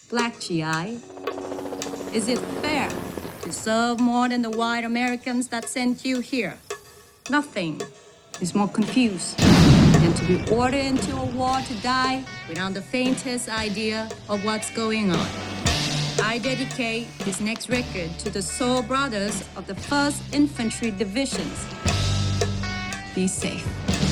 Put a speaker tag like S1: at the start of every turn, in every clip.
S1: Black GI? Is it fair to serve more than the white Americans that sent you here? Nothing is more confused than to be ordered into a war to die without the faintest idea of what's going on. I dedicate this next record to the soul brothers of the 1st Infantry Divisions. Be safe.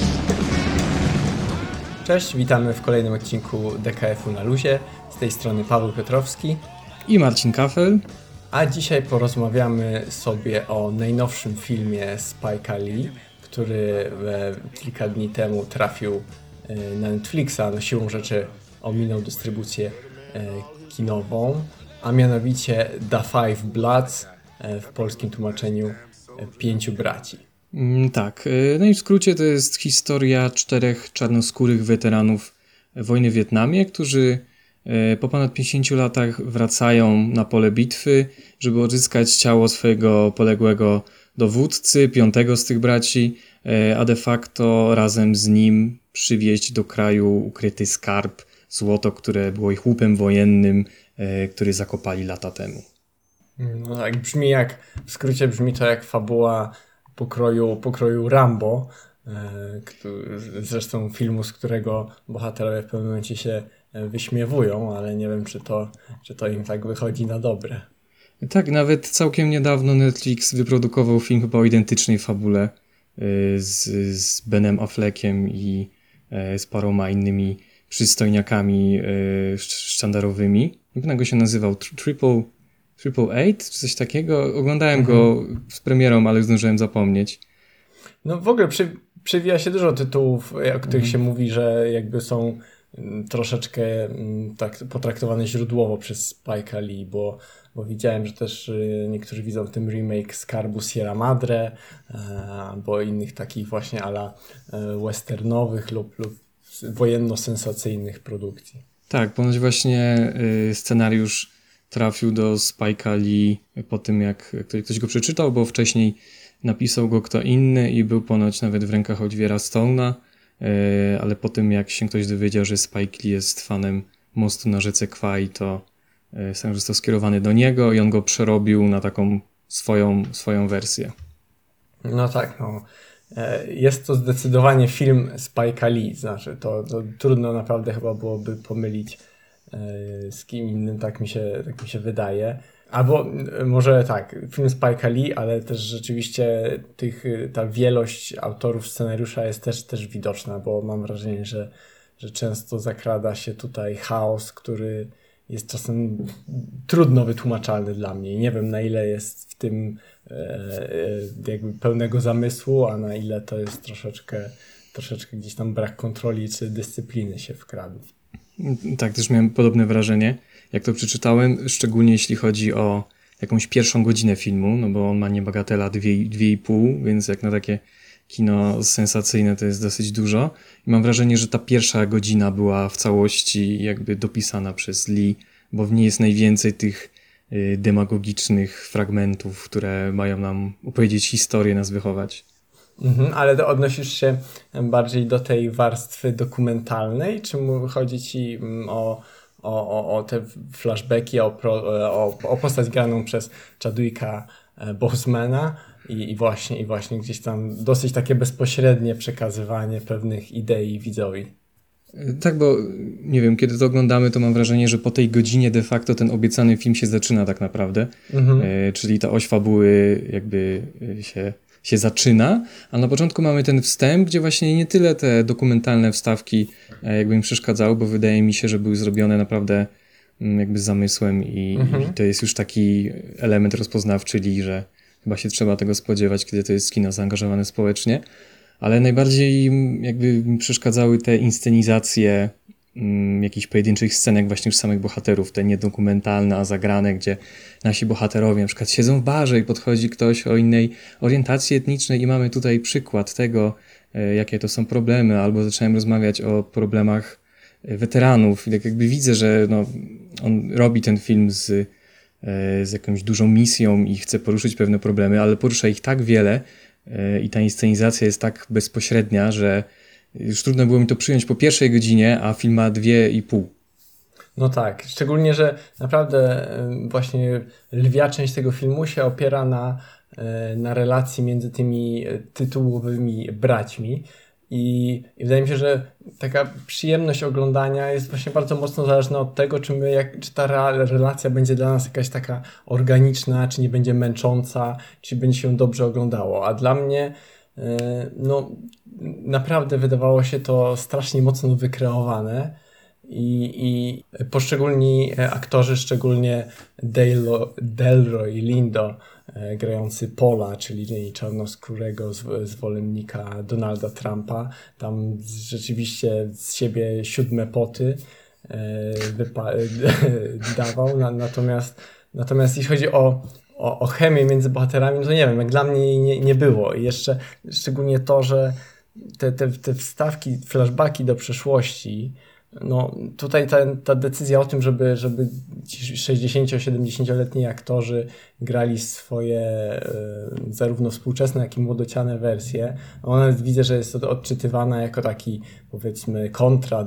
S2: Cześć, witamy w kolejnym odcinku DKF-u na luzie. Z tej strony Paweł Piotrowski
S3: i Marcin Kafel.
S2: A dzisiaj porozmawiamy sobie o najnowszym filmie Spike'a Lee, który kilka dni temu trafił na Netflixa. No siłą rzeczy ominął dystrybucję kinową, a mianowicie The Five Bloods, w polskim tłumaczeniu Pięciu Braci.
S3: Tak, no i w skrócie to jest historia 4 czarnoskórych weteranów wojny w Wietnamie, którzy po ponad 50 latach wracają na pole bitwy, żeby odzyskać ciało swojego poległego dowódcy, 5. z tych braci, a de facto razem z nim przywieźć do kraju ukryty skarb, złoto, które było ich łupem wojennym, który zakopali lata temu.
S2: No tak, w skrócie brzmi to jak fabuła pokroju Rambo, zresztą filmu, z którego bohaterowie w pewnym momencie się wyśmiewują, ale nie wiem, czy to im tak wychodzi na dobre.
S3: Tak, nawet całkiem niedawno Netflix wyprodukował film chyba o identycznej fabule z Benem Affleckiem i z paroma innymi przystojniakami sztandarowymi. Nie pamiętam, jak go się nazywał, Triple Eight, czy coś takiego. Oglądałem go z premierą, ale zdążyłem zapomnieć.
S2: No w ogóle przewija się dużo tytułów, o których się mówi, że jakby są troszeczkę tak potraktowane źródłowo przez Spike'a Lee, bo widziałem, że też niektórzy widzą w tym remake Skarbu Sierra Madre, albo innych takich właśnie ala westernowych lub wojenno-sensacyjnych produkcji.
S3: Tak, ponoć właśnie scenariusz trafił do Spike'a Lee po tym, jak ktoś go przeczytał, bo wcześniej napisał go kto inny i był ponoć nawet w rękach Oliviera Stone'a, ale po tym, jak się ktoś dowiedział, że Spike Lee jest fanem Mostu na rzece Kwai, to scenariusz został skierowany do niego i on go przerobił na taką swoją wersję.
S2: No tak, no. Jest to zdecydowanie film Spike'a Lee, znaczy to trudno naprawdę chyba byłoby pomylić z kim innym, tak mi się wydaje. Albo może tak, film Spike'a Lee, ale też rzeczywiście ta wielość autorów scenariusza jest też widoczna, bo mam wrażenie, że często zakrada się tutaj chaos, który jest czasem trudno wytłumaczalny dla mnie. Nie wiem, na ile jest w tym jakby pełnego zamysłu, a na ile to jest troszeczkę gdzieś tam brak kontroli czy dyscypliny się wkradł.
S3: Tak, też miałem podobne wrażenie, jak to przeczytałem, szczególnie jeśli chodzi o jakąś pierwszą godzinę filmu, no bo on ma niebagatela 2,5, więc jak na takie kino sensacyjne to jest dosyć dużo. I mam wrażenie, że ta pierwsza godzina była w całości jakby dopisana przez Lee, bo w niej jest najwięcej tych demagogicznych fragmentów, które mają nam opowiedzieć historię, nas wychować.
S2: Ale odnosisz się bardziej do tej warstwy dokumentalnej, czy chodzi ci o te flashbacki, o postać graną przez Chadwicka Bosemana i właśnie gdzieś tam dosyć takie bezpośrednie przekazywanie pewnych idei widzowi?
S3: Tak, bo nie wiem, kiedy to oglądamy, to mam wrażenie, że po tej godzinie de facto ten obiecany film się zaczyna tak naprawdę, czyli ta oś fabuły jakby się zaczyna, a na początku mamy ten wstęp, gdzie właśnie nie tyle te dokumentalne wstawki jakby im przeszkadzały, bo wydaje mi się, że były zrobione naprawdę jakby z zamysłem i to jest już taki element rozpoznawczy, że chyba się trzeba tego spodziewać, kiedy to jest kino zaangażowane społecznie, ale najbardziej jakby mi przeszkadzały te inscenizacje jakichś pojedynczych scenek właśnie już samych bohaterów, te niedokumentalne, a zagrane, gdzie nasi bohaterowie na przykład siedzą w barze i podchodzi ktoś o innej orientacji etnicznej i mamy tutaj przykład tego, jakie to są problemy, albo zacząłem rozmawiać o problemach weteranów i tak jakby widzę, że on robi ten film z jakąś dużą misją i chce poruszyć pewne problemy, ale porusza ich tak wiele i ta inscenizacja jest tak bezpośrednia, że już trudno było mi to przyjąć po pierwszej godzinie, a film ma 2,5.
S2: No tak, szczególnie, że naprawdę właśnie lwia część tego filmu się opiera na relacji między tymi tytułowymi braćmi i wydaje mi się, że taka przyjemność oglądania jest właśnie bardzo mocno zależna od tego, czy ta relacja będzie dla nas jakaś taka organiczna, czy nie będzie męcząca, czy będzie się dobrze oglądało, a dla mnie no naprawdę wydawało się to strasznie mocno wykreowane. I poszczególni aktorzy, szczególnie Delroy Lindo, grający Paula, czyli czarnoskórego zwolennika Donalda Trumpa, tam rzeczywiście z siebie 7 poty dawał. Natomiast jeśli chodzi o chemię między bohaterami, to nie wiem, jak dla mnie jej nie było. I jeszcze szczególnie to, że te wstawki, flashbacki do przeszłości, no tutaj ta decyzja o tym, żeby ci 60-70-letni aktorzy grali swoje zarówno współczesne, jak i młodociane wersje, no nawet widzę, że jest to odczytywane jako taki, powiedzmy, kontra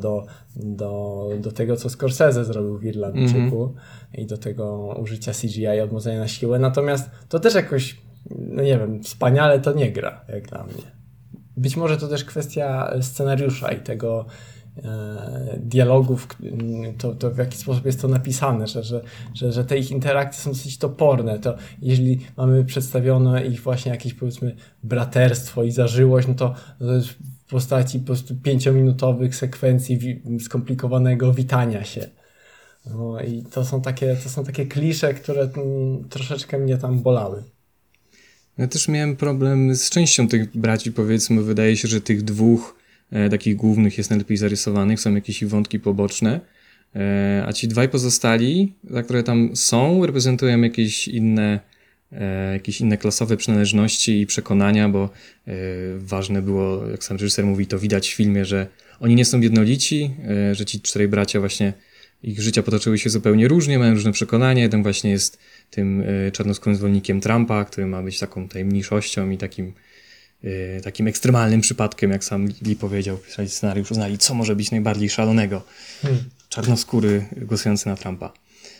S2: do tego, co Scorsese zrobił w Irlandczyku i do tego użycia CGI, odmłodzenia na siłę, natomiast to też jakoś, no nie wiem, wspaniale to nie gra, jak dla mnie. Być może to też kwestia scenariusza i tego dialogów, to w jaki sposób jest to napisane, że te ich interakcje są dosyć toporne. To jeżeli mamy przedstawione ich właśnie jakieś, powiedzmy, braterstwo i zażyłość, no to jest w postaci po prostu 5-minutowych sekwencji skomplikowanego witania się. No i to są takie klisze, które troszeczkę mnie tam bolały.
S3: Ja też miałem problem z częścią tych braci, powiedzmy. Wydaje się, że tych dwóch takich głównych jest najlepiej zarysowanych, są jakieś wątki poboczne, a ci dwaj pozostali, które tam są, reprezentują jakieś inne klasowe przynależności i przekonania, bo ważne było, jak sam reżyser mówi, to widać w filmie, że oni nie są jednolici, że ci 4 bracia właśnie, ich życia potoczyły się zupełnie różnie, mają różne przekonania. Jeden właśnie jest tym czarnoskórym zwolennikiem Trumpa, który ma być taką tajemniczością i takim ekstremalnym przypadkiem, jak sam Lee powiedział, pisali scenariusz, uznali, co może być najbardziej szalonego. Czarnoskóry głosujący na Trumpa.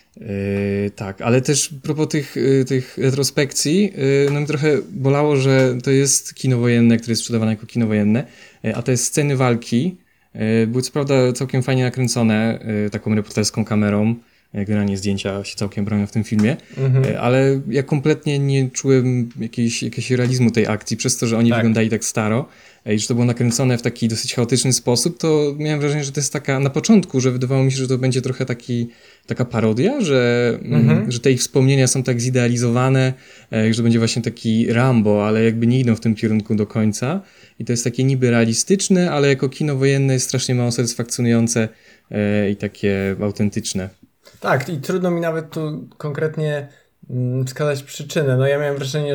S3: Tak, ale też a propos tych retrospekcji, no mi trochę bolało, że to jest kino wojenne, które jest sprzedawane jako kino wojenne, a te sceny walki były co prawda całkiem fajnie nakręcone, taką reporterską kamerą. Generalnie zdjęcia się całkiem bronią w tym filmie, ale ja kompletnie nie czułem jakiegoś realizmu tej akcji, przez to, że oni wyglądali tak staro i że to było nakręcone w taki dosyć chaotyczny sposób, to miałem wrażenie, że to jest taka, na początku, że wydawało mi się, że to będzie trochę taka parodia, że te ich wspomnienia są tak zidealizowane, że będzie właśnie taki Rambo, ale jakby nie idą w tym kierunku do końca i to jest takie niby realistyczne, ale jako kino wojenne jest strasznie mało satysfakcjonujące i takie autentyczne.
S2: Tak, i trudno mi nawet tu konkretnie wskazać przyczynę. No ja miałem wrażenie,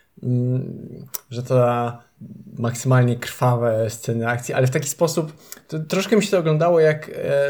S2: że to maksymalnie krwawe sceny akcji, ale w taki sposób, to troszkę mi się to oglądało jak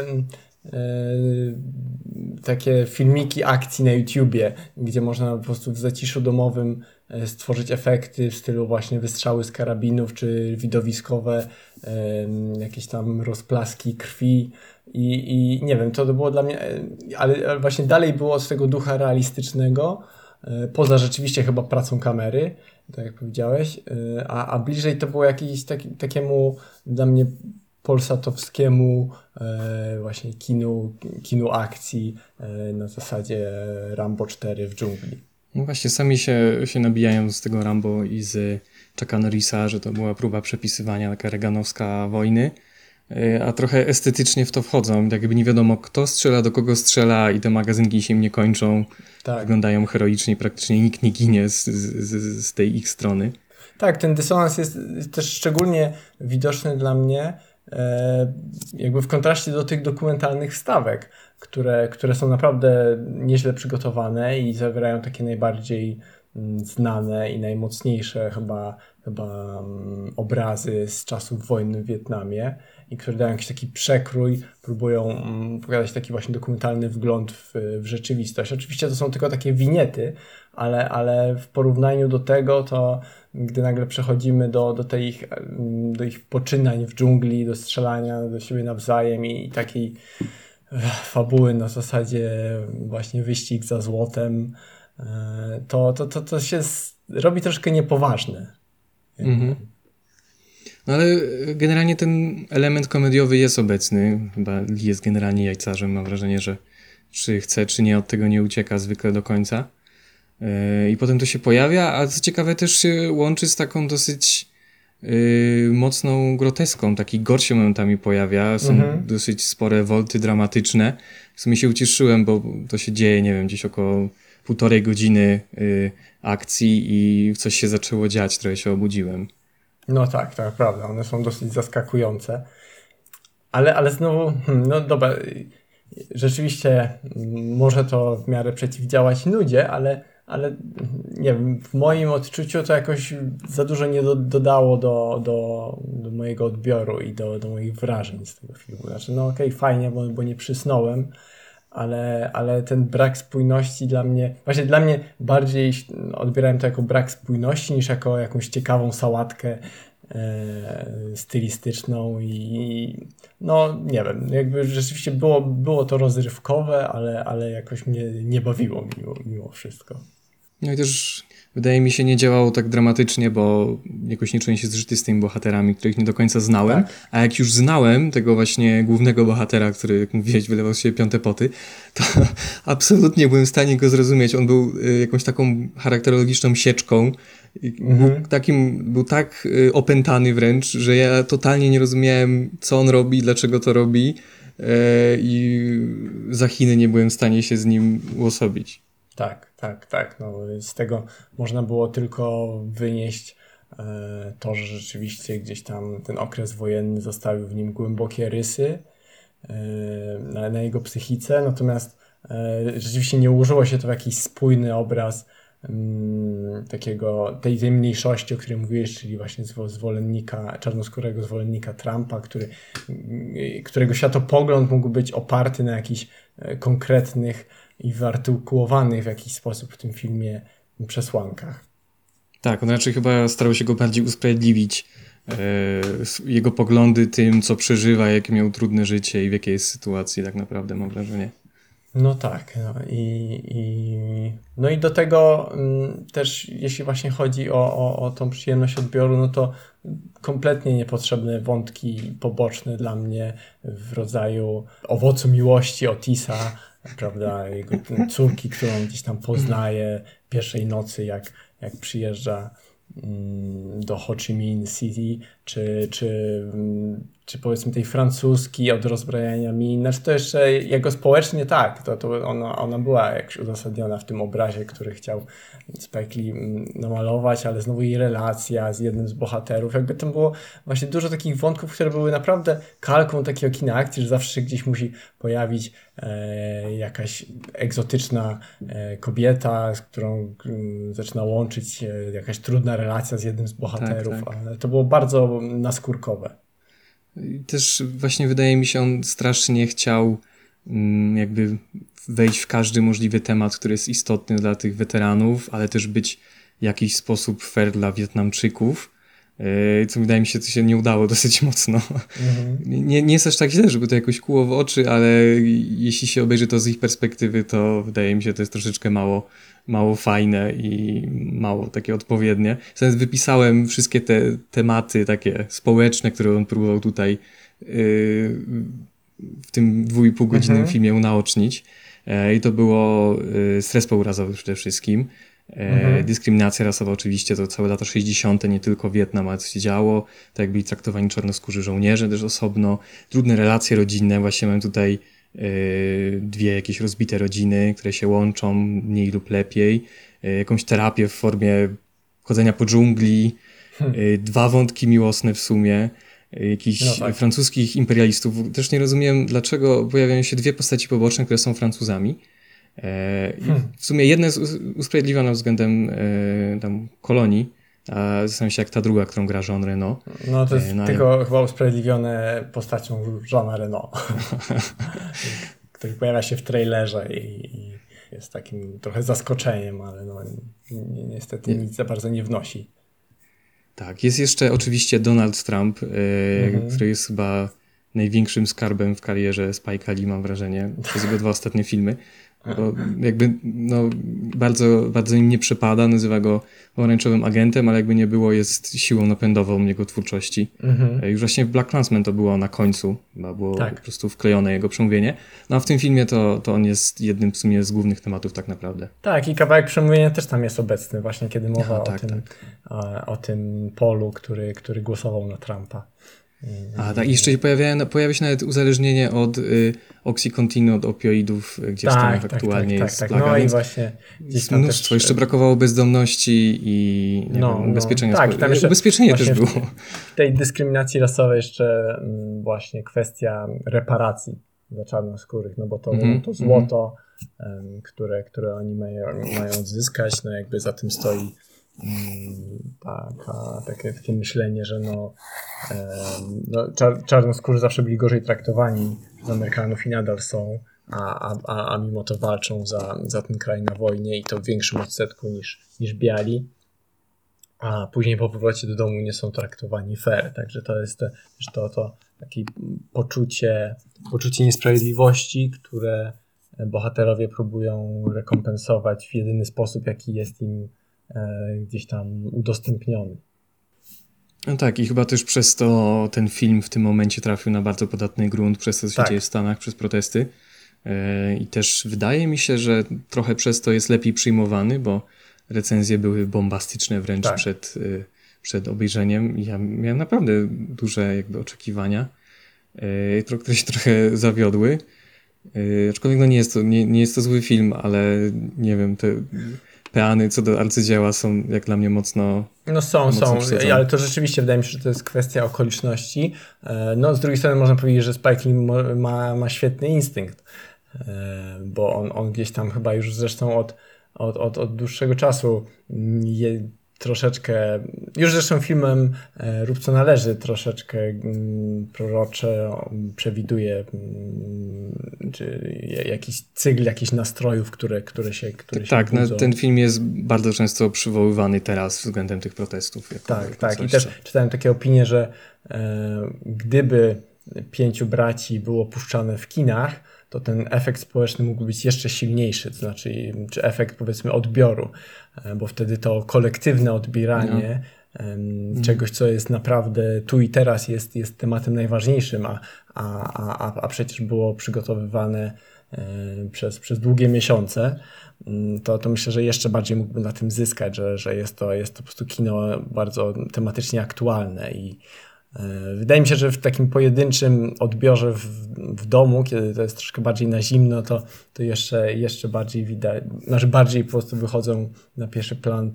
S2: takie filmiki akcji na YouTubie, gdzie można po prostu w zaciszu domowym stworzyć efekty w stylu właśnie wystrzały z karabinów, czy widowiskowe jakieś tam rozplaski krwi i nie wiem, to było dla mnie, ale właśnie dalej było z tego ducha realistycznego, poza rzeczywiście chyba pracą kamery, tak jak powiedziałeś, a bliżej to było jakieś takiemu dla mnie polsatowskiemu właśnie kinu akcji na zasadzie Rambo 4 w dżungli.
S3: No właśnie, sami się nabijają z tego Rambo i z Chucka Norrisa, że to była próba przepisywania taka reaganowska wojny, a trochę estetycznie w to wchodzą. Tak jakby nie wiadomo, kto strzela, do kogo strzela i te magazynki się im nie kończą. Tak. Wyglądają heroicznie i praktycznie nikt nie ginie z tej ich strony.
S2: Tak, ten dysonans jest też szczególnie widoczny dla mnie jakby w kontraście do tych dokumentalnych wstawek, które są naprawdę nieźle przygotowane i zawierają takie najbardziej znane i najmocniejsze chyba obrazy z czasów wojny w Wietnamie i które dają jakiś taki przekrój, próbują pokazać taki właśnie dokumentalny wgląd w rzeczywistość. Oczywiście to są tylko takie winiety, ale w porównaniu do tego, to gdy nagle przechodzimy do ich poczynań w dżungli, do strzelania do siebie nawzajem i takiej fabuły na zasadzie właśnie wyścig za złotem, to się robi troszkę niepoważne.
S3: Mhm. No ale generalnie ten element komediowy jest obecny. Chyba Lee jest generalnie jajcarzem. Mam wrażenie, że czy chce, czy nie, od tego nie ucieka zwykle do końca. I potem to się pojawia, a co ciekawe też się łączy z taką dosyć mocną groteską. Taki gore się momentami pojawia. Są dosyć spore wolty dramatyczne. W sumie się ucieszyłem, bo to się dzieje, nie wiem, gdzieś około 1,5 godziny akcji i coś się zaczęło dziać. Trochę się obudziłem.
S2: No tak, prawda. One są dosyć zaskakujące. Ale znowu, no dobra, rzeczywiście może to w miarę przeciwdziałać nudzie, ale nie wiem, w moim odczuciu to jakoś za dużo nie dodało do mojego odbioru i do moich wrażeń z tego filmu. Znaczy, no okej, fajnie, bo nie przysnąłem, ale ten brak spójności dla mnie bardziej odbierałem to jako brak spójności niż jako jakąś ciekawą sałatkę stylistyczną i no nie wiem, jakby rzeczywiście było to rozrywkowe, ale jakoś mnie nie bawiło mimo wszystko.
S3: No i też wydaje mi się nie działało tak dramatycznie, bo jakoś nie czułem się zżyty z tymi bohaterami, których nie do końca znałem, tak. A jak już znałem tego właśnie głównego bohatera, który, jak mówiłeś, wylewał z siebie piąte poty, to absolutnie byłem w stanie go zrozumieć. On był jakąś taką charakterologiczną sieczką, był tak opętany wręcz, że ja totalnie nie rozumiałem, co on robi, dlaczego to robi i za Chiny nie byłem w stanie się z nim uosobić.
S2: Tak. No, z tego można było tylko wynieść to, że rzeczywiście gdzieś tam ten okres wojenny zostawił w nim głębokie rysy na jego psychice, natomiast rzeczywiście nie ułożyło się to w jakiś spójny obraz tej mniejszości, o której mówiłeś, czyli właśnie czarnoskórego zwolennika Trumpa, którego światopogląd mógł być oparty na jakichś konkretnych i wyartykułowanych w jakiś sposób w tym filmie przesłankach.
S3: Tak, on raczej chyba starał się go bardziej usprawiedliwić, jego poglądy tym, co przeżywa, jakie miał trudne życie i w jakiej jest sytuacji tak naprawdę, mam wrażenie.
S2: No tak, no i do tego też jeśli właśnie chodzi o tą przyjemność odbioru, no to kompletnie niepotrzebne wątki poboczne dla mnie w rodzaju owocu miłości Otisa, prawda, jego córki, którą gdzieś tam poznaje pierwszej nocy, jak przyjeżdża do Ho Chi Minh City, czy powiedzmy tej francuski od rozbrajania min. Znaczy to jeszcze jego społecznie tak, to ona była jakoś uzasadniona w tym obrazie, który chciał Spike Lee namalować, ale znowu jej relacja z jednym z bohaterów. Jakby tam było właśnie dużo takich wątków, które były naprawdę kalką takiego kina akcji, że zawsze gdzieś musi pojawić jakaś egzotyczna kobieta, z którą zaczyna łączyć jakaś trudna relacja z jednym z bohaterów, tak. Ale to było bardzo naskórkowe.
S3: Też właśnie wydaje mi się, on strasznie chciał jakby wejść w każdy możliwy temat, który jest istotny dla tych weteranów, ale też być w jakiś sposób fair dla Wietnamczyków, co wydaje mi się, to się nie udało dosyć mocno. Nie jest aż tak źle, żeby to jakoś kłuło w oczy, ale jeśli się obejrzy to z ich perspektywy, to wydaje mi się, to jest troszeczkę mało fajne i mało takie odpowiednie. Zamiast wypisałem wszystkie te tematy takie społeczne, które on próbował tutaj w tym 2,5-godzinnym filmie unaocznić. I to było stres pourazowy przede wszystkim. Dyskryminacja rasowa oczywiście, to całe lata 60., nie tylko Wietnam, ale co się działo, tak jak byli traktowani czarnoskórzy żołnierze też osobno, trudne relacje rodzinne, właśnie mam tutaj dwie jakieś rozbite rodziny, które się łączą mniej lub lepiej, jakąś terapię w formie chodzenia po dżungli, 2 wątki miłosne w sumie, jakichś francuskich imperialistów. Też nie rozumiem, dlaczego pojawiają się 2 postaci poboczne, które są Francuzami. W sumie jedna jest usprawiedliwiona względem tam kolonii, a zastanawiam się jak ta druga, którą gra Jean Reno.
S2: No to jest tylko chyba usprawiedliwione postacią Jeana Reno, który pojawia się w trailerze i jest takim trochę zaskoczeniem, ale no niestety nic za bardzo nie wnosi.
S3: Tak, jest jeszcze oczywiście Donald Trump, który jest chyba największym skarbem w karierze Spike'a Lee, mam wrażenie, przez jego 2 ostatnie filmy. Bo jakby bardzo, bardzo im nie przepada, nazywa go pomarańczowym agentem, ale jakby nie było, jest siłą napędową jego twórczości. Już właśnie w BlacKkKlansman to było na końcu, chyba było po prostu wklejone jego przemówienie. No a w tym filmie to on jest jednym w sumie z głównych tematów tak naprawdę.
S2: Tak, i kawałek przemówienia też tam jest obecny, właśnie kiedy mowa o tym Polu, który głosował na Trumpa.
S3: A tak, jeszcze pojawia się nawet uzależnienie od Oxycontinu, od opioidów, gdzie w Stanach aktualnie jest plaga.
S2: No i właśnie
S3: gdzieś tam mnóstwo. Też... Jeszcze brakowało bezdomności i ubezpieczenia społecznego. Ubezpieczenie też było.
S2: W tej dyskryminacji rasowej jeszcze właśnie kwestia reparacji dla czarnoskórych, no bo to złoto, które oni mają odzyskać, no jakby za tym stoi takie myślenie, że czarnoskórzy zawsze byli gorzej traktowani przez Amerykanów i nadal są, a mimo to walczą za ten kraj na wojnie i to w większym odsetku niż biali, a później po powrocie do domu nie są traktowani fair. Także to jest to takie poczucie niesprawiedliwości, które bohaterowie próbują rekompensować w jedyny sposób, jaki jest im gdzieś tam udostępniony.
S3: No tak, i chyba też przez to ten film w tym momencie trafił na bardzo podatny grunt, przez to, co się dzieje w Stanach, przez protesty. I też wydaje mi się, że trochę przez to jest lepiej przyjmowany, bo recenzje były bombastyczne wręcz przed obejrzeniem. I ja miałem naprawdę duże jakby oczekiwania, które się trochę zawiodły. Aczkolwiek nie jest to zły film, ale nie wiem, te peany co do arcydzieła są jak dla mnie mocno...
S2: No są, ale to rzeczywiście wydaje mi się, że to jest kwestia okoliczności. No z drugiej strony można powiedzieć, że Spike Lee ma świetny instynkt, bo on gdzieś tam chyba już zresztą od dłuższego czasu troszeczkę, już zresztą filmem Rób co należy, troszeczkę prorocze przewiduje czy jakiś cykl jakichś nastrojów, które się budzą.
S3: Ten film jest bardzo często przywoływany teraz względem tych protestów.
S2: Tak. I też czytałem takie opinie, że gdyby 5 braci było puszczane w kinach, to ten efekt społeczny mógł być jeszcze silniejszy, to znaczy, czy efekt powiedzmy odbioru, bo wtedy to kolektywne odbieranie czegoś, co jest naprawdę tu i teraz jest tematem najważniejszym, a przecież było przygotowywane przez długie miesiące, to myślę, że jeszcze bardziej mógłby na tym zyskać, że jest to po prostu kino bardzo tematycznie aktualne i wydaje mi się, że w takim pojedynczym odbiorze w domu, kiedy to jest troszkę bardziej na zimno, to jeszcze bardziej widać, bardziej po prostu wychodzą na pierwszy plan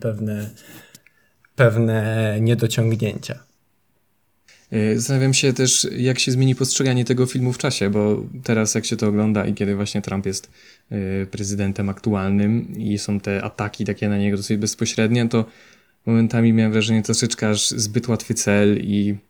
S2: pewne niedociągnięcia.
S3: Zastanawiam się też, jak się zmieni postrzeganie tego filmu w czasie, bo teraz jak się to ogląda i kiedy właśnie Trump jest prezydentem aktualnym i są te ataki takie na niego dosyć bezpośrednie, to momentami miałem wrażenie troszeczkę aż zbyt łatwy cel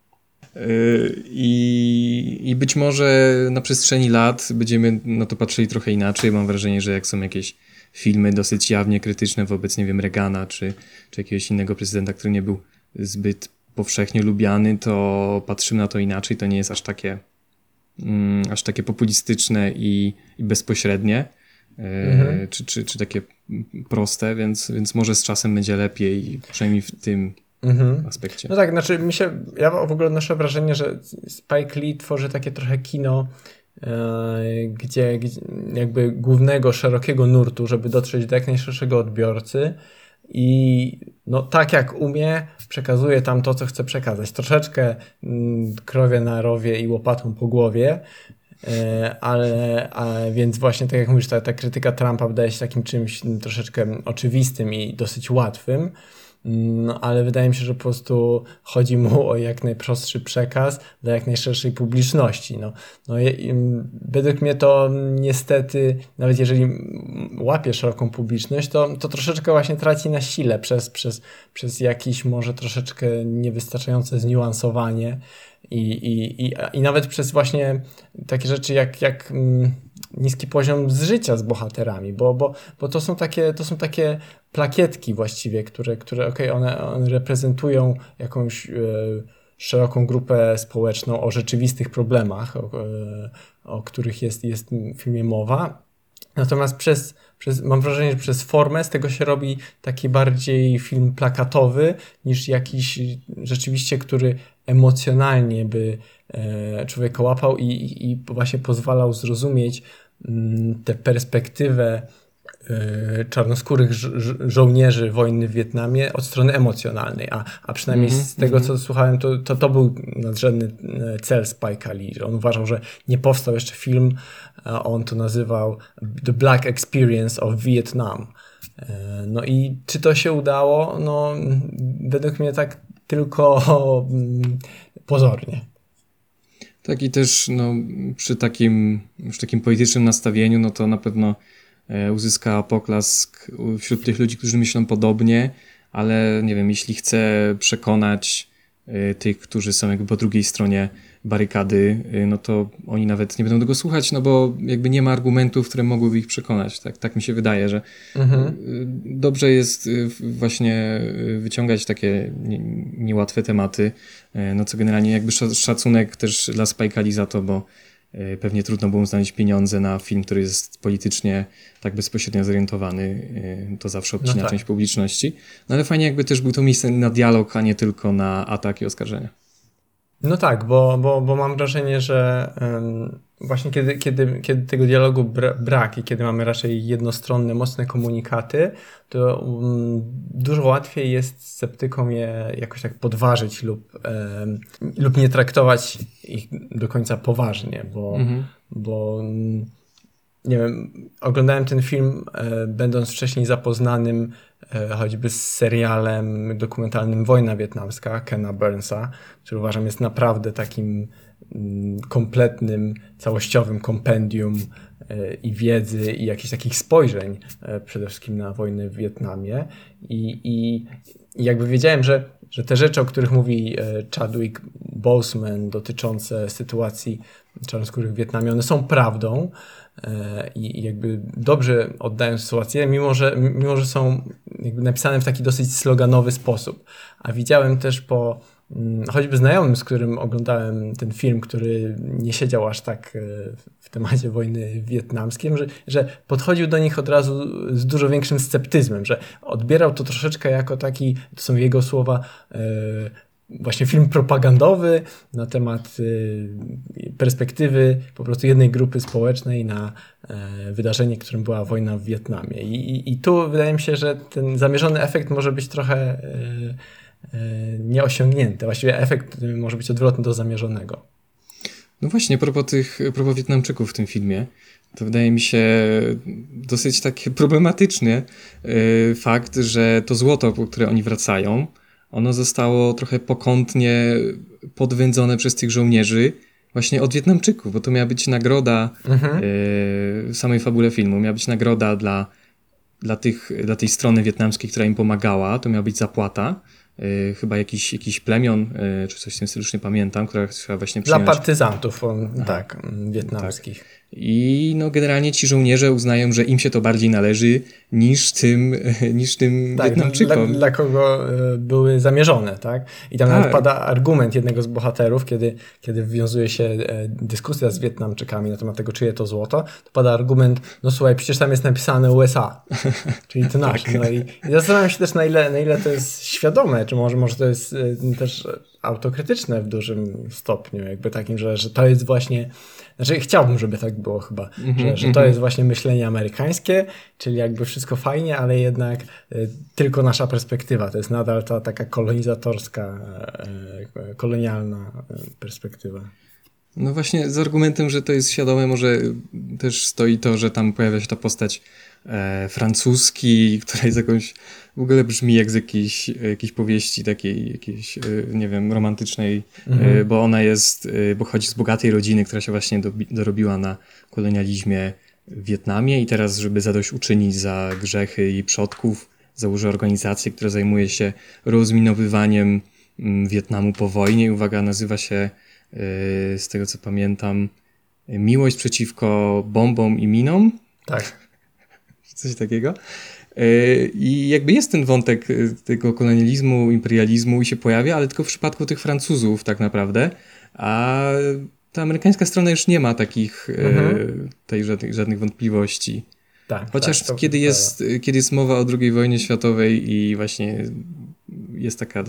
S3: i być może na przestrzeni lat będziemy na to patrzyli trochę inaczej. Mam wrażenie, że jak są jakieś filmy dosyć jawnie krytyczne wobec, nie wiem, Reagana czy jakiegoś innego prezydenta, który nie był zbyt powszechnie lubiany, to patrzymy na to inaczej. To nie jest aż takie populistyczne i bezpośrednie, czy takie proste, więc może z czasem będzie lepiej, przynajmniej w tym aspekcie.
S2: No tak, znaczy ja w ogóle odnoszę wrażenie, że Spike Lee tworzy takie trochę kino, gdzie jakby głównego, szerokiego nurtu, żeby dotrzeć do jak najszerszego odbiorcy i no tak jak umie, przekazuje tam to, co chce przekazać. Troszeczkę krowie na rowie i łopatą po głowie, ale więc właśnie tak jak mówisz, ta krytyka Trumpa wydaje się takim czymś troszeczkę oczywistym i dosyć łatwym. No, ale wydaje mi się, że po prostu chodzi mu o jak najprostszy przekaz dla jak najszerszej publiczności. Według mnie to niestety, nawet jeżeli łapie szeroką publiczność, to troszeczkę właśnie traci na sile przez jakieś może troszeczkę niewystarczające zniuansowanie i nawet przez właśnie takie rzeczy jak niski poziom z życia z bohaterami, bo to są takie plakietki właściwie, które one reprezentują jakąś szeroką grupę społeczną o rzeczywistych problemach, o których jest w filmie mowa. Natomiast mam wrażenie, że przez formę z tego się robi taki bardziej film plakatowy niż jakiś rzeczywiście, który emocjonalnie by człowieka łapał i właśnie pozwalał zrozumieć tę perspektywę czarnoskórych żołnierzy wojny w Wietnamie od strony emocjonalnej, a przynajmniej z tego, co słuchałem, to był nadrzędny cel Spike'a Lee, że on uważał, że nie powstał jeszcze film, a on to nazywał The Black Experience of Vietnam. No i czy to się udało? No, według mnie tak tylko pozornie.
S3: Tak i też przy takim politycznym nastawieniu, no to na pewno uzyska poklask wśród tych ludzi, którzy myślą podobnie, ale nie wiem, jeśli chce przekonać tych, którzy są jakby po drugiej stronie barykady, no to oni nawet nie będą tego słuchać, no bo jakby nie ma argumentów, które mogłyby ich przekonać. Tak mi się wydaje, że dobrze jest właśnie wyciągać takie niełatwe tematy, no co generalnie jakby szacunek też dla Spike'a Lee za to, bo pewnie trudno było znaleźć pieniądze na film, który jest politycznie tak bezpośrednio zorientowany. To zawsze obcina część publiczności. No ale fajnie jakby też był to miejsce na dialog, a nie tylko na atak i oskarżenia.
S2: No tak, bo mam wrażenie, że właśnie kiedy tego dialogu brak i kiedy mamy raczej jednostronne, mocne komunikaty, to dużo łatwiej jest sceptykom je jakoś tak podważyć lub nie traktować ich do końca poważnie, bo nie wiem, oglądałem ten film będąc wcześniej zapoznanym choćby z serialem dokumentalnym Wojna Wietnamska Kena Burnsa, który uważam jest naprawdę takim kompletnym, całościowym kompendium i wiedzy i jakichś takich spojrzeń przede wszystkim na wojnę w Wietnamie i jakby wiedziałem, że te rzeczy, o których mówi Chadwick Boseman dotyczące sytuacji czarnoskórych w Wietnamie, one są prawdą i jakby dobrze oddają sytuację, mimo że są jakby napisane w taki dosyć sloganowy sposób. A widziałem też po choćby znajomym, z którym oglądałem ten film, który nie siedział aż tak w temacie wojny wietnamskiej, że podchodził do nich od razu z dużo większym sceptyzmem, że odbierał to troszeczkę jako taki, to są jego słowa, właśnie film propagandowy na temat perspektywy po prostu jednej grupy społecznej na wydarzenie, którym była wojna w Wietnamie. I tu wydaje mi się, że ten zamierzony efekt może być trochę nieosiągnięty. Właściwie efekt może być odwrotny do zamierzonego.
S3: No właśnie, a propos Wietnamczyków w tym filmie, to wydaje mi się dosyć takie problematyczny fakt, że to złoto, po które oni wracają, ono zostało trochę pokątnie podwędzone przez tych żołnierzy właśnie od Wietnamczyków, bo to miała być nagroda w samej fabule filmu, miała być nagroda dla tej strony wietnamskiej, która im pomagała, to miała być zapłata, chyba jakiś plemion, czy coś w tym stylu, już nie pamiętam, która chciała właśnie przyjąć. Dla
S2: partyzantów, tak, wietnamskich. Tak.
S3: I no generalnie ci żołnierze uznają, że im się to bardziej należy niż tym
S2: tak,
S3: Wietnamczykom.
S2: Dla kogo były zamierzone, tak? I tam nawet pada argument jednego z bohaterów, kiedy wiąże się dyskusja z Wietnamczykami na temat tego, czyje to złoto, to pada argument, no słuchaj, przecież tam jest napisane USA, czyli to nasze. Tak. No i zastanawiam się też, na ile to jest świadome, czy może to jest też autokrytyczne w dużym stopniu, jakby takim, że to jest właśnie, znaczy chciałbym, żeby tak było chyba, że to jest właśnie myślenie amerykańskie, czyli jakby wszystko fajnie, ale jednak tylko nasza perspektywa, to jest nadal ta taka kolonizatorska, kolonialna perspektywa.
S3: No właśnie z argumentem, że to jest świadome, może też stoi to, że tam pojawia się ta postać francuski, która jest jakąś, w ogóle brzmi jak z jakiejś powieści takiej, jakiejś, nie wiem, romantycznej, bo ona jest, pochodzi z bogatej rodziny, która się właśnie dorobiła na kolonializmie w Wietnamie i teraz, żeby zadośćuczynić za grzechy jej przodków, założy organizację, która zajmuje się rozminowywaniem Wietnamu po wojnie i uwaga, nazywa się, z tego co pamiętam, Miłość przeciwko bombom i minom.
S2: Tak.
S3: Coś takiego. I jakby jest ten wątek tego kolonializmu, imperializmu i się pojawia, ale tylko w przypadku tych Francuzów tak naprawdę, a ta amerykańska strona już nie ma takich żadnych wątpliwości.
S2: Tak,
S3: chociaż
S2: tak,
S3: kiedy jest mowa o II wojnie światowej i właśnie jest taka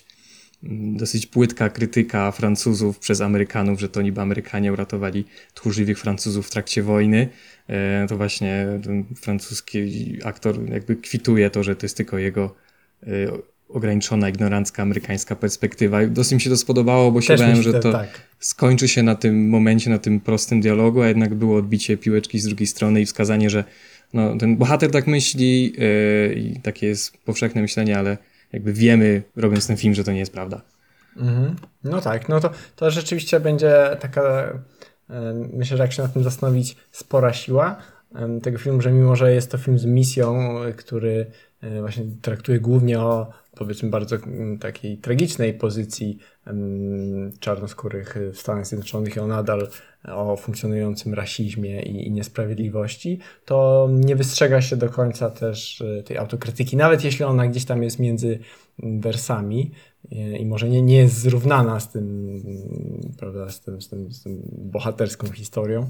S3: dosyć płytka krytyka Francuzów przez Amerykanów, że to niby Amerykanie uratowali tchórzliwych Francuzów w trakcie wojny, to właśnie ten francuski aktor jakby kwituje to, że to jest tylko jego ograniczona, ignorancka amerykańska perspektywa. Dosyć mi się to spodobało, bo się bałem, że to skończy się na tym momencie, na tym prostym dialogu, a jednak było odbicie piłeczki z drugiej strony i wskazanie, że no, ten bohater tak myśli i takie jest powszechne myślenie, ale jakby wiemy, robiąc ten film, że to nie jest prawda.
S2: No tak, no to rzeczywiście będzie taka, myślę, że jak się nad tym zastanowić, spora siła tego filmu, że mimo, że jest to film z misją, który właśnie traktuje głównie o, powiedzmy, bardzo takiej tragicznej pozycji czarnoskórych w Stanach Zjednoczonych i nadal o funkcjonującym rasizmie i niesprawiedliwości, to nie wystrzega się do końca też tej autokrytyki, nawet jeśli ona gdzieś tam jest między wersami i może nie jest zrównana z tym, prawda, z tym bohaterską historią,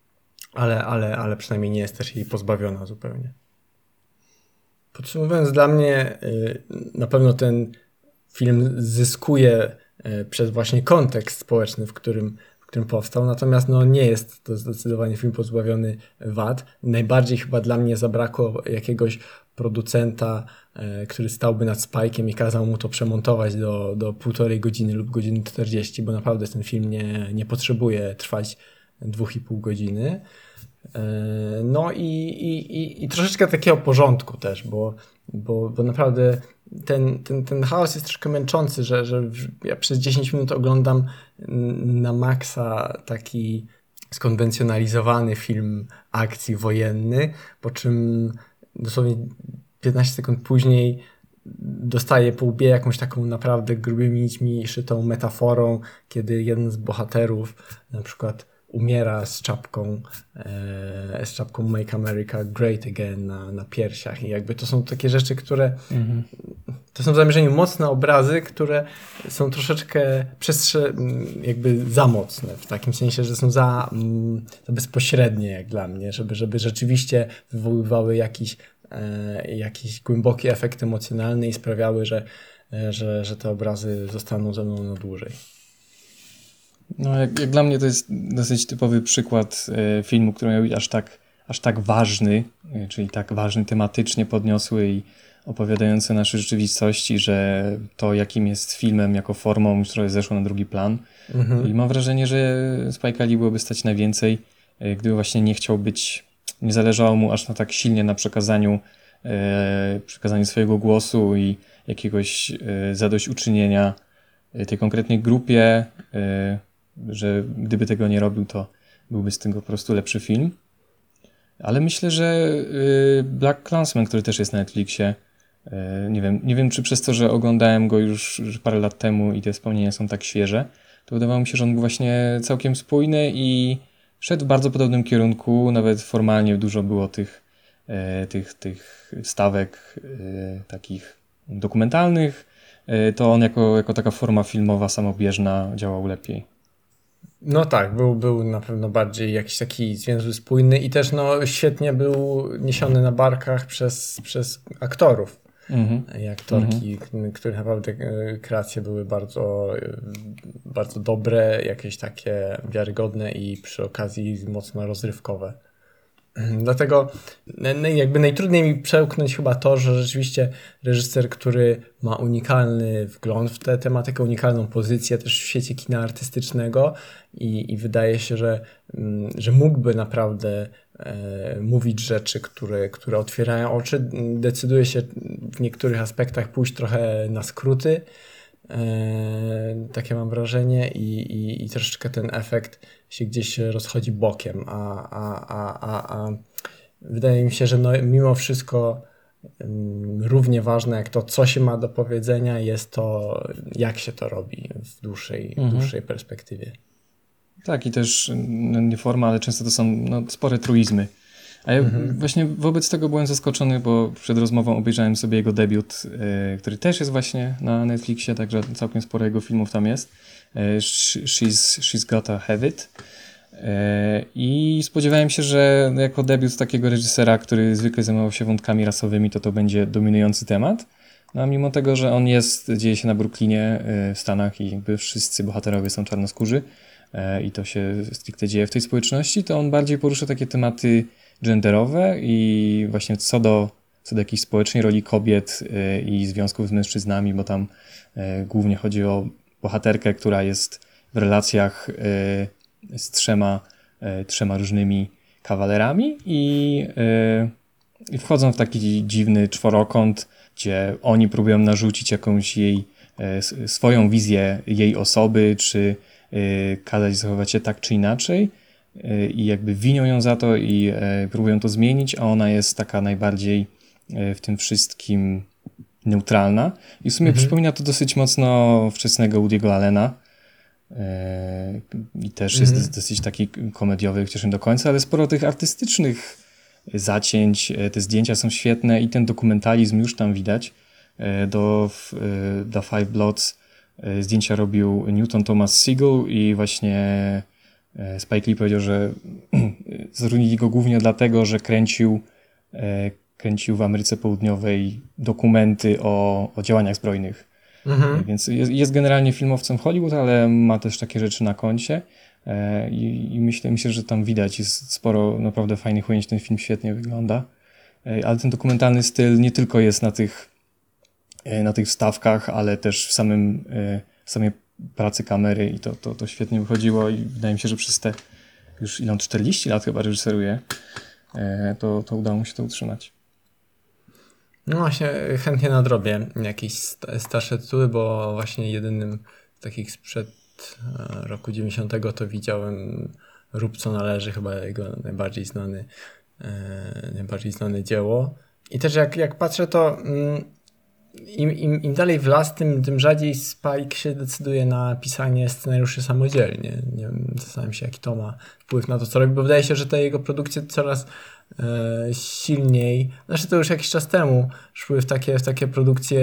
S2: ale przynajmniej nie jest też jej pozbawiona zupełnie. Podsumowując, dla mnie na pewno ten film zyskuje przez właśnie kontekst społeczny, w którym powstał, natomiast no, nie jest to zdecydowanie film pozbawiony wad. Najbardziej chyba dla mnie zabrakło jakiegoś producenta, który stałby nad Spike'iem i kazał mu to przemontować do 1,5 godziny lub godziny 40, bo naprawdę ten film nie potrzebuje trwać 2,5 godziny. No i troszeczkę takiego porządku też, bo naprawdę ten chaos jest troszkę męczący, że ja przez 10 minut oglądam na maksa taki skonwencjonalizowany film akcji wojenny, po czym dosłownie 15 sekund później dostaje po łbie jakąś taką naprawdę grubymi nićmi szytą metaforą, kiedy jeden z bohaterów na przykład umiera z czapką Make America Great Again na piersiach i jakby to są takie rzeczy, które to są w zamierzeniu mocne obrazy, które są troszeczkę jakby za mocne, w takim sensie, że są za bezpośrednie jak dla mnie, żeby rzeczywiście wywoływały jakiś głęboki efekt emocjonalny i sprawiały, że te obrazy zostaną ze mną na dłużej.
S3: No, jak dla mnie to jest dosyć typowy przykład filmu, który miał być aż tak ważny, czyli tak ważny tematycznie, podniosły i opowiadający o naszej rzeczywistości, że to, jakim jest filmem jako formą, już trochę zeszło na drugi plan. I mam wrażenie, że Spike'a Lee byłoby stać na więcej, gdyby właśnie nie zależało mu aż tak silnie na przekazaniu swojego głosu i jakiegoś zadośćuczynienia tej konkretnej grupie, że gdyby tego nie robił, to byłby z tego po prostu lepszy film. Ale myślę, że Black Klansman, który też jest na Netflixie, nie wiem, czy przez to, że oglądałem go już parę lat temu i te wspomnienia są tak świeże, to wydawało mi się, że on był właśnie całkiem spójny i szedł w bardzo podobnym kierunku, nawet formalnie dużo było tych wstawek takich dokumentalnych, to on jako taka forma filmowa samobieżna działał lepiej. No tak,
S2: był na pewno bardziej jakiś taki zwięzły, spójny i też no, świetnie był niesiony na barkach przez aktorów i aktorki, których naprawdę kreacje były bardzo, bardzo dobre, jakieś takie wiarygodne i przy okazji mocno rozrywkowe. Dlatego jakby najtrudniej mi przełknąć chyba to, że rzeczywiście reżyser, który ma unikalny wgląd w tę tematykę, unikalną pozycję też w świecie kina artystycznego i wydaje się, że mógłby naprawdę mówić rzeczy, które otwierają oczy, decyduje się w niektórych aspektach pójść trochę na skróty. Takie mam wrażenie i troszeczkę ten efekt się gdzieś rozchodzi bokiem, a wydaje mi się, że no, mimo wszystko równie ważne jak to, co się ma do powiedzenia, jest to, jak się to robi w dłuższej perspektywie.
S3: Tak, i też nie forma, ale często to są spore truizmy. A ja właśnie wobec tego byłem zaskoczony, bo przed rozmową obejrzałem sobie jego debiut, który też jest właśnie na Netflixie, także całkiem sporo jego filmów tam jest. She's Gotta Have It. I spodziewałem się, że jako debiut takiego reżysera, który zwykle zajmował się wątkami rasowymi, to będzie dominujący temat. No a mimo tego, że on dzieje się na Brooklynie w Stanach i jakby wszyscy bohaterowie są czarnoskórzy i to się stricte dzieje w tej społeczności, to on bardziej porusza takie tematy genderowe i właśnie co do jakiejś społecznej roli kobiet i związków z mężczyznami, bo tam głównie chodzi o bohaterkę, która jest w relacjach z trzema różnymi kawalerami i wchodzą w taki dziwny czworokąt, gdzie oni próbują narzucić jakąś swoją wizję jej osoby, czy kazać zachować się tak czy inaczej i jakby winią ją za to i próbują to zmienić, a ona jest taka najbardziej w tym wszystkim neutralna. I w sumie przypomina to dosyć mocno wczesnego Woody'ego Allena. I też jest dosyć taki komediowy, chociaż nie do końca, ale sporo tych artystycznych zacięć, te zdjęcia są świetne i ten dokumentalizm już tam widać. Do Five Bloods zdjęcia robił Newton Thomas Sigel i właśnie Spike Lee powiedział, że zatrudnili go głównie dlatego, że kręcił w Ameryce Południowej dokumenty o działaniach zbrojnych. Więc jest generalnie filmowcem Hollywood, ale ma też takie rzeczy na koncie i myślę, że tam widać, jest sporo naprawdę fajnych ujęć, ten film świetnie wygląda, ale ten dokumentalny styl nie tylko jest na tych wstawkach, ale też w samej pracy kamery i to świetnie wychodziło i wydaje mi się, że przez te już 40 lat chyba reżyseruje, to udało mu się to utrzymać.
S2: No właśnie, chętnie nadrobię jakieś starsze tytuły, bo właśnie jedynym z takich sprzed roku 90 to widziałem Rób co należy, chyba jego najbardziej znane dzieło. I też jak patrzę, to im dalej w las, tym rzadziej Spike się decyduje na pisanie scenariuszy samodzielnie. Nie wiem, zastanawiam się, jaki to ma wpływ na to, co robi, bo wydaje się, że te jego produkcje coraz silniej, znaczy to już jakiś czas temu szły w takie produkcje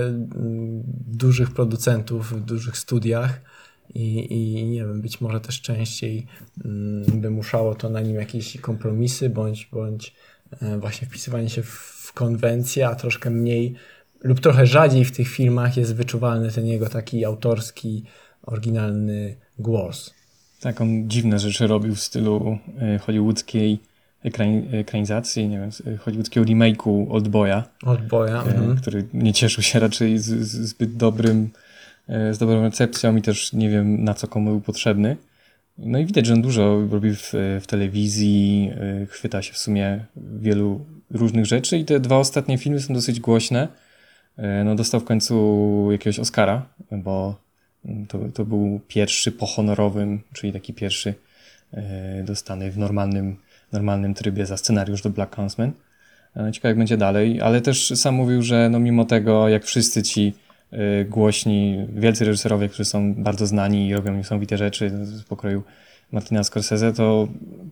S2: dużych producentów, w dużych studiach i nie wiem, być może też częściej wymuszało to na nim jakieś kompromisy, bądź właśnie wpisywanie się w konwencje, a troszkę mniej lub trochę rzadziej w tych filmach jest wyczuwalny ten jego taki autorski, oryginalny głos.
S3: Tak, on dziwne rzeczy robił w stylu hollywoodzkiej ekranizacji, nie wiem, hollywoodzkiego remake'u Oldboya, który nie cieszył się raczej zbyt dobrą recepcją i też nie wiem, na co komu był potrzebny. No i widać, że on dużo robi w telewizji, chwyta się w sumie wielu różnych rzeczy i te dwa ostatnie filmy są dosyć głośne. No dostał w końcu jakiegoś Oscara, bo to był pierwszy po honorowym, czyli taki pierwszy dostany w normalnym trybie za scenariusz do Black Klansman. Ciekawe jak będzie dalej, ale też sam mówił, że no mimo tego jak wszyscy ci głośni, wielcy reżyserowie, którzy są bardzo znani i robią niesamowite rzeczy z pokroju Martina Scorsese, to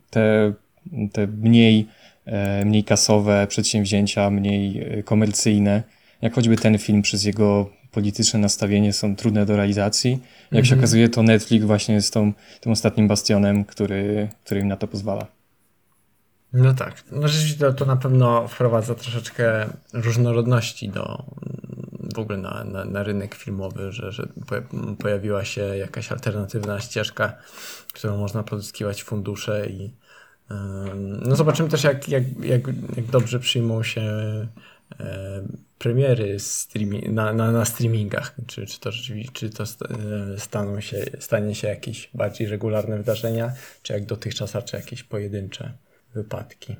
S3: te mniej kasowe przedsięwzięcia, mniej komercyjne, jak choćby ten film przez jego polityczne nastawienie są trudne do realizacji. Jak się okazuje, to Netflix właśnie jest tym ostatnim bastionem, który im na to pozwala.
S2: No tak. No rzeczywiście to na pewno wprowadza troszeczkę różnorodności w ogóle na rynek filmowy, że pojawiła się jakaś alternatywna ścieżka, którą można pozyskiwać fundusze i no zobaczymy też jak dobrze przyjmą się premiery na streamingach, czy to stanie się jakieś bardziej regularne wydarzenia, czy jak dotychczas, czy jakieś pojedyncze wypadki.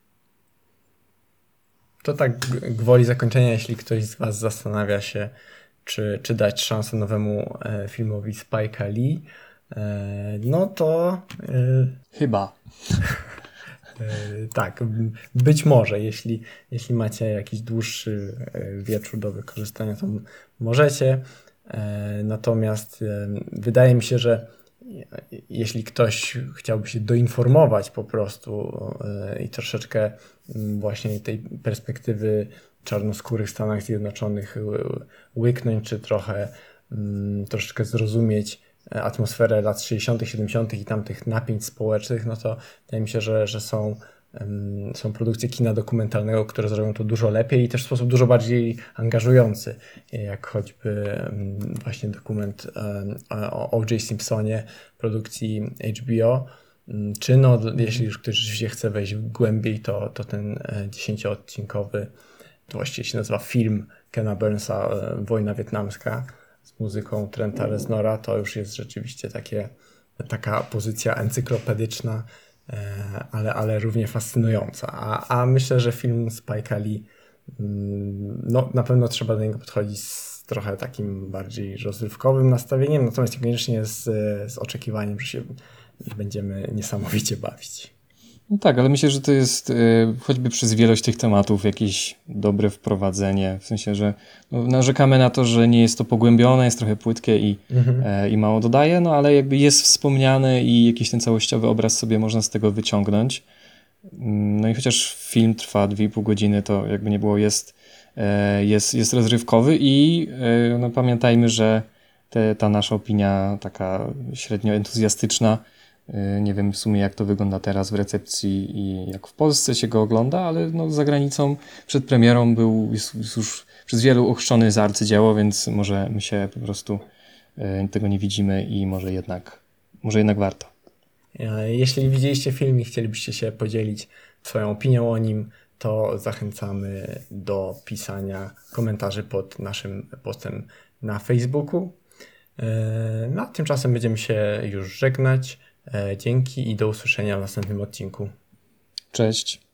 S2: To tak gwoli zakończenia, jeśli ktoś z Was zastanawia się, czy dać szansę nowemu filmowi Spike'a Lee, no to
S3: chyba.
S2: Tak, być może, jeśli macie jakiś dłuższy wieczór do wykorzystania, to możecie. Natomiast wydaje mi się, że jeśli ktoś chciałby się doinformować po prostu i troszeczkę właśnie tej perspektywy czarnoskórych w Stanach Zjednoczonych łyknąć, czy troszeczkę zrozumieć atmosferę lat 60., 70. i tamtych napięć społecznych, no to wydaje mi się, że są produkcje kina dokumentalnego, które zrobią to dużo lepiej i też w sposób dużo bardziej angażujący, jak choćby właśnie dokument o O.J. Simpsonie produkcji HBO, czy jeśli już ktoś rzeczywiście chce wejść głębiej, to ten 10-odcinkowy, to właściwie się nazywa film Kena Burnsa Wojna Wietnamska z muzyką Trenta Reznora, to już jest rzeczywiście taka pozycja encyklopedyczna, ale równie fascynująca. A myślę, że film Spike'a Lee, no na pewno trzeba do niego podchodzić z trochę takim bardziej rozrywkowym nastawieniem, natomiast niekoniecznie z oczekiwaniem, że się będziemy niesamowicie bawić.
S3: No tak, ale myślę, że to jest choćby przez wielość tych tematów jakieś dobre wprowadzenie, w sensie, że narzekamy na to, że nie jest to pogłębione, jest trochę płytkie i mało dodaje, no ale jakby jest wspomniane i jakiś ten całościowy obraz sobie można z tego wyciągnąć. No i chociaż film trwa 2,5 godziny, to jakby nie było, jest rozrywkowy i no pamiętajmy, że ta nasza opinia taka średnio entuzjastyczna, nie wiem w sumie jak to wygląda teraz w recepcji i jak w Polsce się go ogląda, ale no za granicą przed premierą jest już przez wielu ochrzczony za arcydzieło, więc może my się po prostu tego nie widzimy i może jednak warto.
S2: Jeśli widzieliście film i chcielibyście się podzielić swoją opinią o nim, to zachęcamy do pisania komentarzy pod naszym postem na Facebooku. No a tymczasem będziemy się już żegnać. Dzięki i do usłyszenia w następnym odcinku.
S3: Cześć.